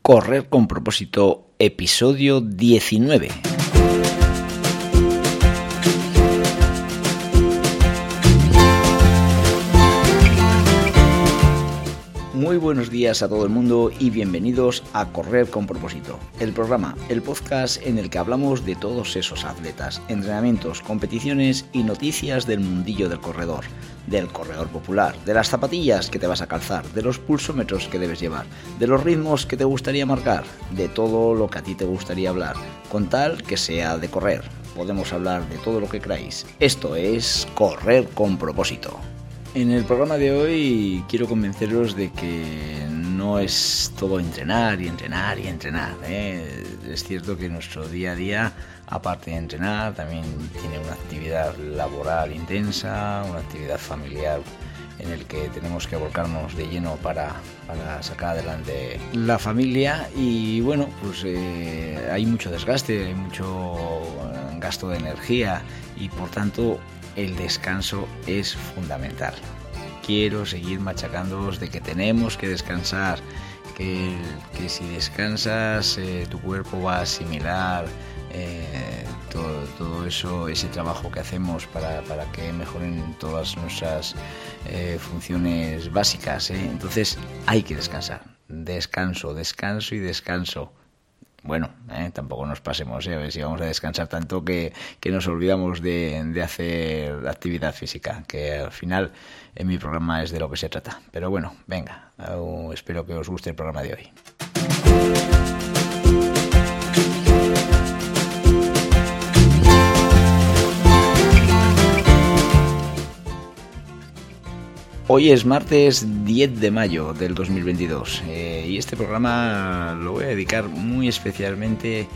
Correr con propósito, episodio 19. Muy buenos días a todo el mundo y bienvenidos a Correr con propósito, el programa, el podcast en el que hablamos de todos esos atletas, entrenamientos, competiciones y noticias del mundillo del corredor popular, de las zapatillas que te vas a calzar, de los pulsómetros que debes llevar, de los ritmos que te gustaría marcar, de todo lo que a ti te gustaría hablar, con tal que sea de correr. Podemos hablar de todo lo que queráis. Esto es Correr con propósito. En el programa de hoy quiero convenceros de que no es todo entrenar y entrenar y entrenar. Es cierto que nuestro día a día, aparte de entrenar, también tiene una actividad laboral intensa, una actividad familiar en el que tenemos que volcarnos de lleno para sacar adelante la familia y bueno, pues hay mucho desgaste, hay mucho gasto de energía y por tanto el descanso es fundamental. Quiero seguir machacándoos de que tenemos que descansar, que si descansas tu cuerpo va a asimilar todo eso, ese trabajo que hacemos para que mejoren todas nuestras funciones básicas. Entonces hay que descansar. Descanso y descanso. Bueno, tampoco nos pasemos, a ver si vamos a descansar tanto que nos olvidamos de hacer actividad física, que al final en mi programa es de lo que se trata. Pero bueno, venga, espero que os guste el programa de hoy. Hoy es martes 10 de mayo del 2022 y este programa lo voy a dedicar muy especialmente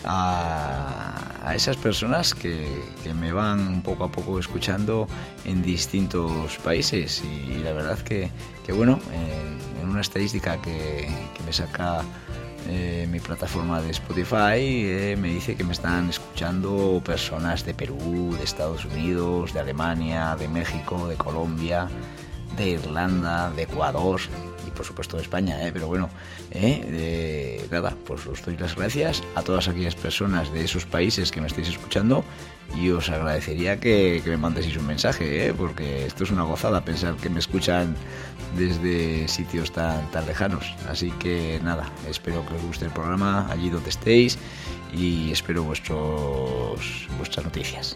a esas personas que me van poco a poco escuchando en distintos países y la verdad que bueno, en una estadística que me saca mi plataforma de Spotify me dice que me están escuchando personas de Perú, de Estados Unidos, de Alemania, de México, de Colombia, de Irlanda, de Ecuador y por supuesto de España, pero bueno, nada, pues os doy las gracias a todas aquellas personas de esos países que me estáis escuchando y os agradecería que me mandéis un mensaje, porque esto es una gozada pensar que me escuchan desde sitios tan lejanos, así que nada, espero que os guste el programa allí donde estéis y espero vuestras noticias.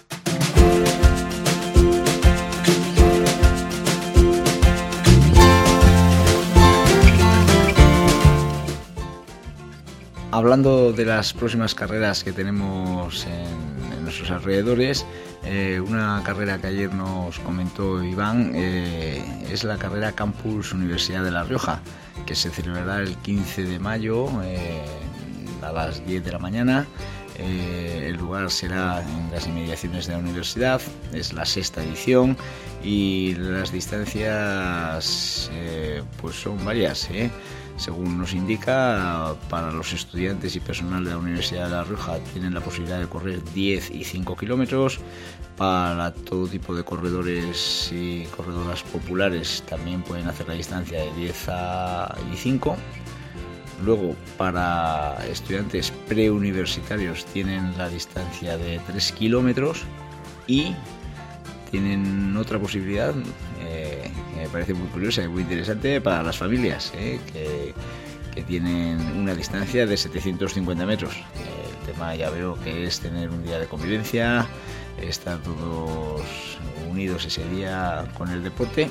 Hablando de las próximas carreras que tenemos en nuestros alrededores, una carrera que ayer nos comentó Iván es la carrera Campus Universidad de La Rioja, que se celebrará el 15 de mayo a las 10 de la mañana. El lugar será en las inmediaciones de la universidad, es la 6ª edición y las distancias pues son varias, Según nos indica, para los estudiantes y personal de la Universidad de La Rioja tienen la posibilidad de correr 10 y 5 kilómetros. Para todo tipo de corredores y corredoras populares también pueden hacer la distancia de 10 y 5. Luego, para estudiantes preuniversitarios tienen la distancia de 3 kilómetros y tienen otra posibilidad que me parece muy curiosa y muy interesante para las familias, que tienen una distancia de 750 metros. El tema ya veo que es tener un día de convivencia, estar todos unidos ese día con el deporte.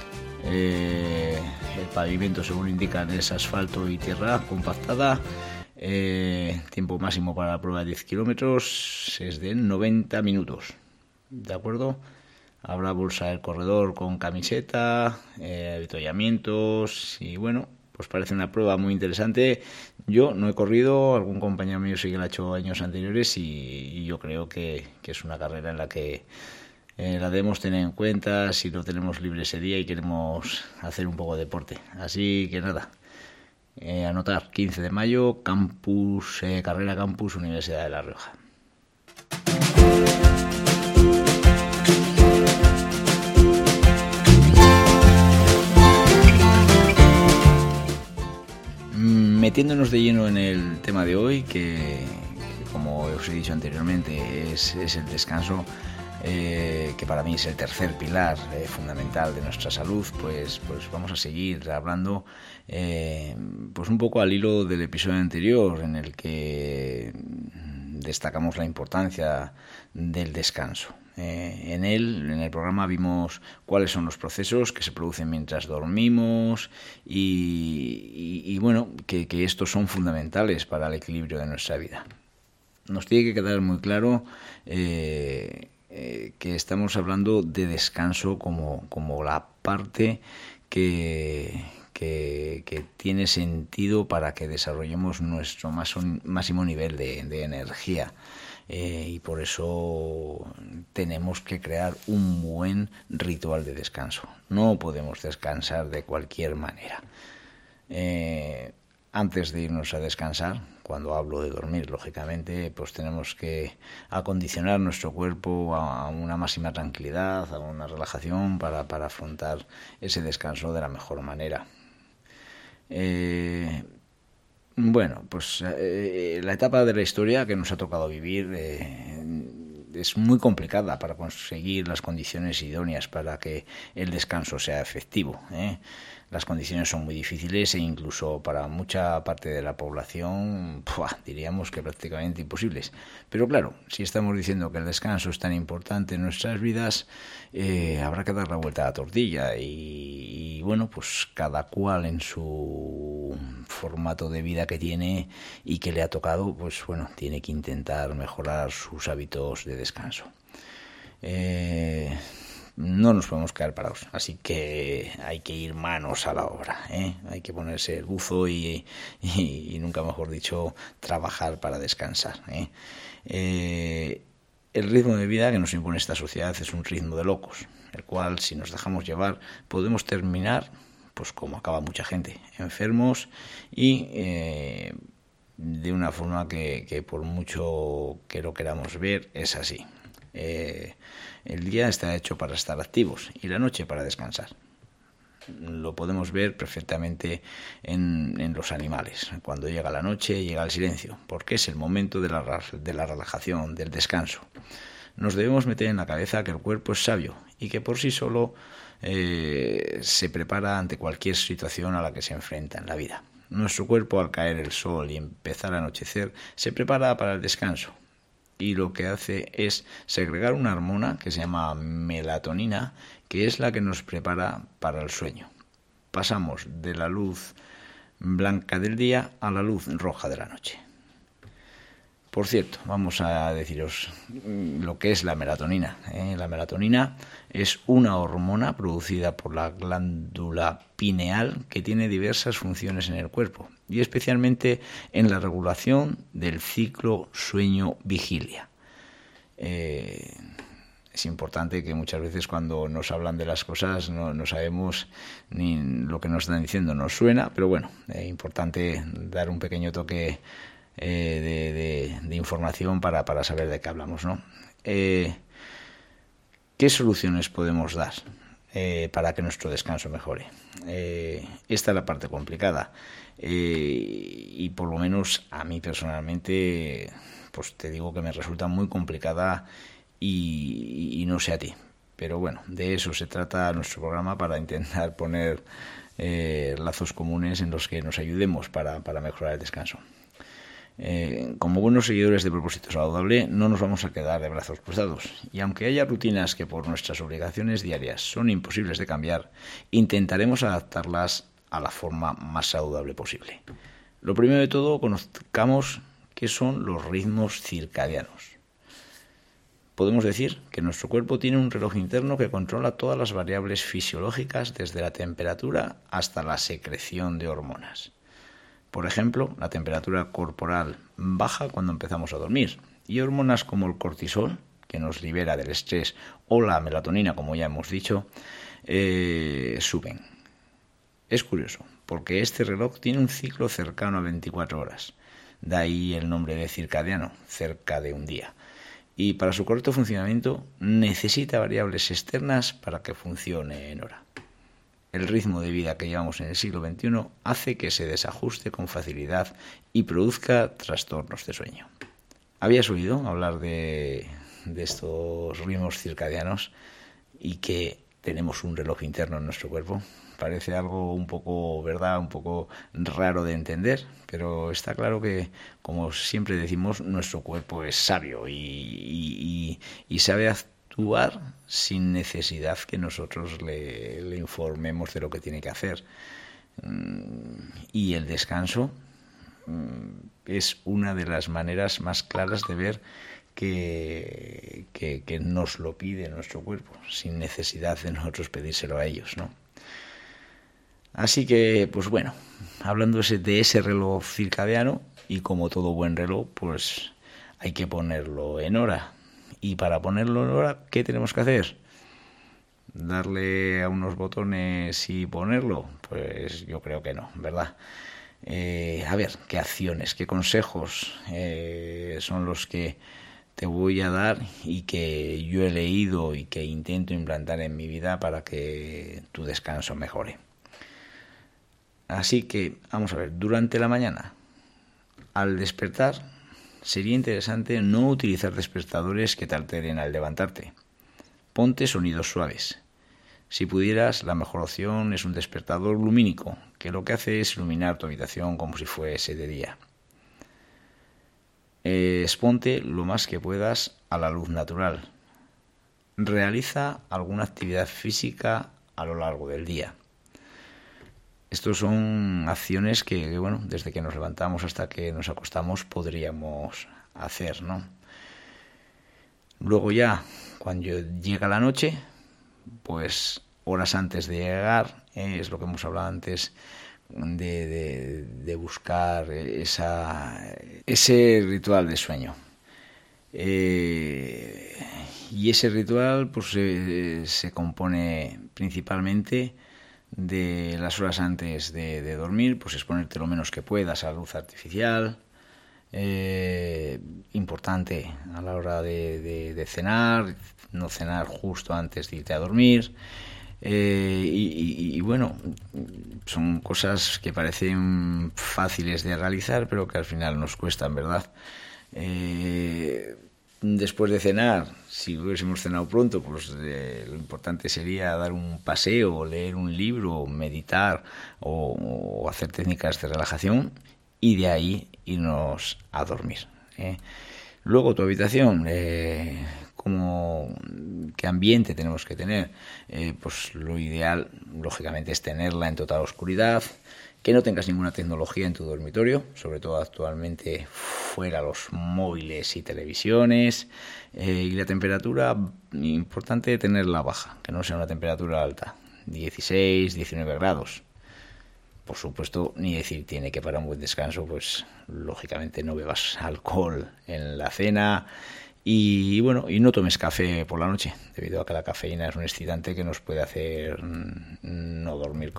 El pavimento, según indican, es asfalto y tierra compactada. Tiempo máximo para la prueba de 10 kilómetros es de 90 minutos. ¿De acuerdo? Habrá bolsa del corredor con camiseta, avituallamientos y bueno, pues parece una prueba muy interesante. Yo no he corrido, algún compañero mío sí que la ha hecho años anteriores y yo creo que es una carrera en la que la debemos tener en cuenta si lo tenemos libre ese día y queremos hacer un poco de deporte. Así que nada, anotar 15 de mayo, carrera Campus Universidad de La Rioja. Metiéndonos de lleno en el tema de hoy, que como os he dicho anteriormente, es el descanso, que para mí es el tercer pilar fundamental de nuestra salud, pues vamos a seguir hablando pues un poco al hilo del episodio anterior, en el que destacamos la importancia del descanso. En el programa vimos cuáles son los procesos que se producen mientras dormimos y bueno, que estos son fundamentales para el equilibrio de nuestra vida. Nos tiene que quedar muy claro que estamos hablando de descanso como la parte que tiene sentido para que desarrollemos nuestro máximo nivel de energía. Y por eso tenemos que crear un buen ritual de descanso. No podemos descansar de cualquier manera. Antes de irnos a descansar, cuando hablo de dormir, lógicamente, pues tenemos que acondicionar nuestro cuerpo a una máxima tranquilidad, a una relajación para afrontar ese descanso de la mejor manera. Bueno, pues la etapa de la historia que nos ha tocado vivir es muy complicada para conseguir las condiciones idóneas para que el descanso sea efectivo. Las condiciones son muy difíciles e incluso para mucha parte de la población diríamos que prácticamente imposibles. Pero claro, si estamos diciendo que el descanso es tan importante en nuestras vidas, habrá que dar la vuelta a la tortilla y bueno, pues cada cual en su formato de vida que tiene y que le ha tocado, pues bueno, tiene que intentar mejorar sus hábitos de descanso. No nos podemos quedar parados, así que hay que ir manos a la obra, hay que ponerse el buzo y nunca mejor dicho, trabajar para descansar. El ritmo de vida que nos impone esta sociedad es un ritmo de locos, el cual, si nos dejamos llevar, podemos terminar, pues como acaba mucha gente, enfermos y de una forma que por mucho que lo queramos ver, es así. El día está hecho para estar activos y la noche para descansar. Lo podemos ver perfectamente en los animales. Cuando llega la noche, llega el silencio, porque es el momento de la relajación, del descanso. Nos debemos meter en la cabeza que el cuerpo es sabio y que por sí solo se prepara ante cualquier situación a la que se enfrenta en la vida. Nuestro cuerpo, al caer el sol y empezar a anochecer, se prepara para el descanso. Y lo que hace es segregar una hormona que se llama melatonina, que es la que nos prepara para el sueño. Pasamos de la luz blanca del día a la luz roja de la noche. Por cierto, vamos a deciros lo que es la melatonina. La melatonina es una hormona producida por la glándula pineal que tiene diversas funciones en el cuerpo y especialmente en la regulación del ciclo sueño-vigilia. Es importante que muchas veces cuando nos hablan de las cosas no sabemos ni lo que nos están diciendo, nos suena, pero bueno, es importante dar un pequeño toque de información para saber de qué hablamos, ¿no? ¿Qué soluciones podemos dar para que nuestro descanso mejore? Esta es la parte complicada y por lo menos a mí personalmente pues te digo que me resulta muy complicada y no sé a ti, pero bueno, de eso se trata nuestro programa, para intentar poner lazos comunes en los que nos ayudemos para mejorar el descanso. Como buenos seguidores de Propósito Saludable, no nos vamos a quedar de brazos cruzados. Y aunque haya rutinas que por nuestras obligaciones diarias son imposibles de cambiar, intentaremos adaptarlas a la forma más saludable posible. Lo primero de todo, conozcamos qué son los ritmos circadianos. Podemos decir que nuestro cuerpo tiene un reloj interno que controla todas las variables fisiológicas, desde la temperatura hasta la secreción de hormonas. Por ejemplo, la temperatura corporal baja cuando empezamos a dormir y hormonas como el cortisol, que nos libera del estrés, o la melatonina, como ya hemos dicho, suben. Es curioso, porque este reloj tiene un ciclo cercano a 24 horas. De ahí el nombre de circadiano, cerca de un día. Y para su correcto funcionamiento necesita variables externas para que funcione en hora. el ritmo de vida que llevamos en el siglo XXI hace que se desajuste con facilidad y produzca trastornos de sueño. ¿Habías oído hablar de estos ritmos circadianos y que tenemos un reloj interno en nuestro cuerpo? Parece algo un poco, ¿verdad?, un poco raro de entender, pero está claro que, como siempre decimos, nuestro cuerpo es sabio y sabe actuar sin necesidad que nosotros le informemos de lo que tiene que hacer. Y el descanso es una de las maneras más claras de ver que nos lo pide nuestro cuerpo, sin necesidad de nosotros pedírselo a ellos, ¿no? Así que, pues bueno, hablando de ese reloj circadiano, y como todo buen reloj, pues hay que ponerlo en hora. Y para ponerlo en hora, ¿qué tenemos que hacer? ¿Darle a unos botones y ponerlo? Pues yo creo que no, ¿verdad? A ver, ¿qué acciones, qué consejos son los que te voy a dar y que yo he leído y que intento implantar en mi vida para que tu descanso mejore? Así que, vamos a ver, durante la mañana, al despertar, sería interesante no utilizar despertadores que te alteren al levantarte. Ponte sonidos suaves. Si pudieras, la mejor opción es un despertador lumínico, que lo que hace es iluminar tu habitación como si fuese de día. Exponte lo más que puedas a la luz natural. Realiza alguna actividad física a lo largo del día. Estos son acciones que, bueno, desde que nos levantamos hasta que nos acostamos podríamos hacer, ¿no? Luego ya, cuando llega la noche, pues horas antes de llegar, es lo que hemos hablado antes, de buscar ese ritual de sueño. Y ese ritual pues se compone principalmente de las horas antes de dormir, pues exponerte lo menos que puedas a la luz artificial. Importante a la hora de cenar, no cenar justo antes de irte a dormir. Y bueno, son cosas que parecen fáciles de realizar, pero que al final nos cuestan, ¿verdad? Después de cenar, si hubiésemos cenado pronto, pues lo importante sería dar un paseo, leer un libro, meditar o hacer técnicas de relajación y de ahí irnos a dormir. Luego tu habitación, ¿qué ambiente tenemos que tener? Pues lo ideal, lógicamente, es tenerla en total oscuridad, que no tengas ninguna tecnología en tu dormitorio, sobre todo actualmente fuera los móviles y televisiones, y la temperatura, importante tenerla baja, que no sea una temperatura alta, 16, 19 grados. Por supuesto, ni decir tiene que para un buen descanso, pues lógicamente no bebas alcohol en la cena y bueno, y no tomes café por la noche, debido a que la cafeína es un excitante que nos puede hacer no dormir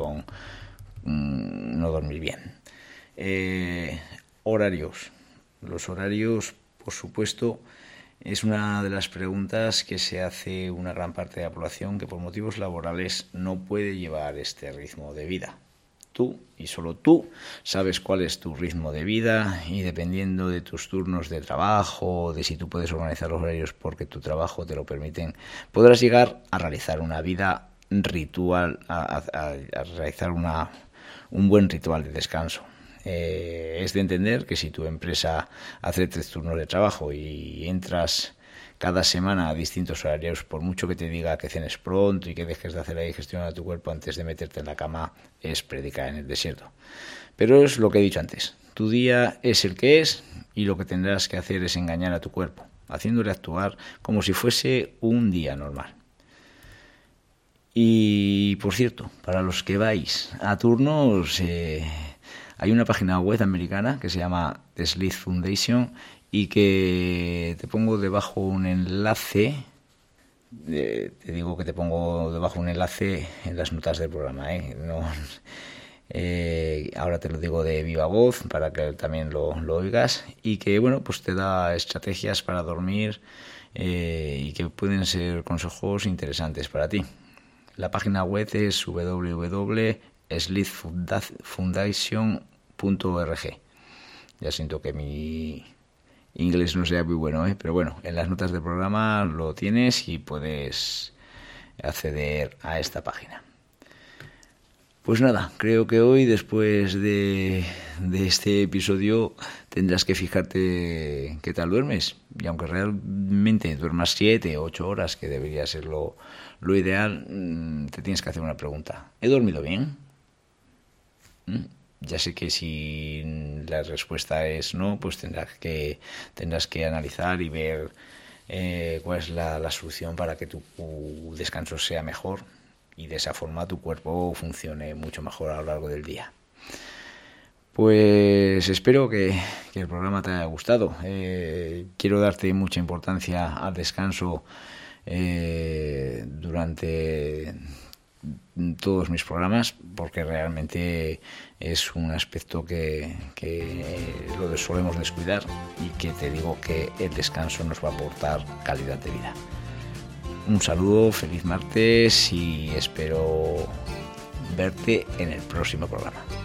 bien. Horarios. Los horarios, por supuesto, es una de las preguntas que se hace una gran parte de la población que por motivos laborales no puede llevar este ritmo de vida. Tú y solo tú sabes cuál es tu ritmo de vida y dependiendo de tus turnos de trabajo, de si tú puedes organizar los horarios porque tu trabajo te lo permiten, podrás llegar a realizar una vida ritual, a realizar un buen ritual de descanso. Es de entender que si tu empresa hace 3 turnos de trabajo y entras cada semana a distintos horarios, por mucho que te diga que cenes pronto y que dejes de hacer la digestión a tu cuerpo antes de meterte en la cama, es predicar en el desierto. Pero es lo que he dicho antes, tu día es el que es y lo que tendrás que hacer es engañar a tu cuerpo, haciéndole actuar como si fuese un día normal. Y por cierto, para los que vais a turnos, hay una página web americana que se llama The Sleep Foundation y que te pongo debajo un enlace, te digo que te pongo debajo un enlace en las notas del programa, ahora te lo digo de viva voz para que también lo oigas y que bueno, pues te da estrategias para dormir y que pueden ser consejos interesantes para ti. La página web es www.sleepfoundation.org. Ya siento que mi inglés no sea muy bueno, pero bueno, en las notas del programa lo tienes y puedes acceder a esta página. Pues nada, creo que hoy, después de este episodio, tendrás que fijarte qué tal duermes. Y aunque realmente duermas 7 o 8 horas, que debería ser lo ideal, te tienes que hacer una pregunta. ¿He dormido bien? Ya sé que si la respuesta es no, pues tendrás que analizar y ver cuál es la solución para que tu descanso sea mejor y de esa forma tu cuerpo funcione mucho mejor a lo largo del día. Pues espero que el programa te haya gustado. Quiero darte mucha importancia al descanso durante todos mis programas, porque realmente es un aspecto que lo solemos descuidar, y que te digo que el descanso nos va a aportar calidad de vida. Un saludo, feliz martes y espero verte en el próximo programa.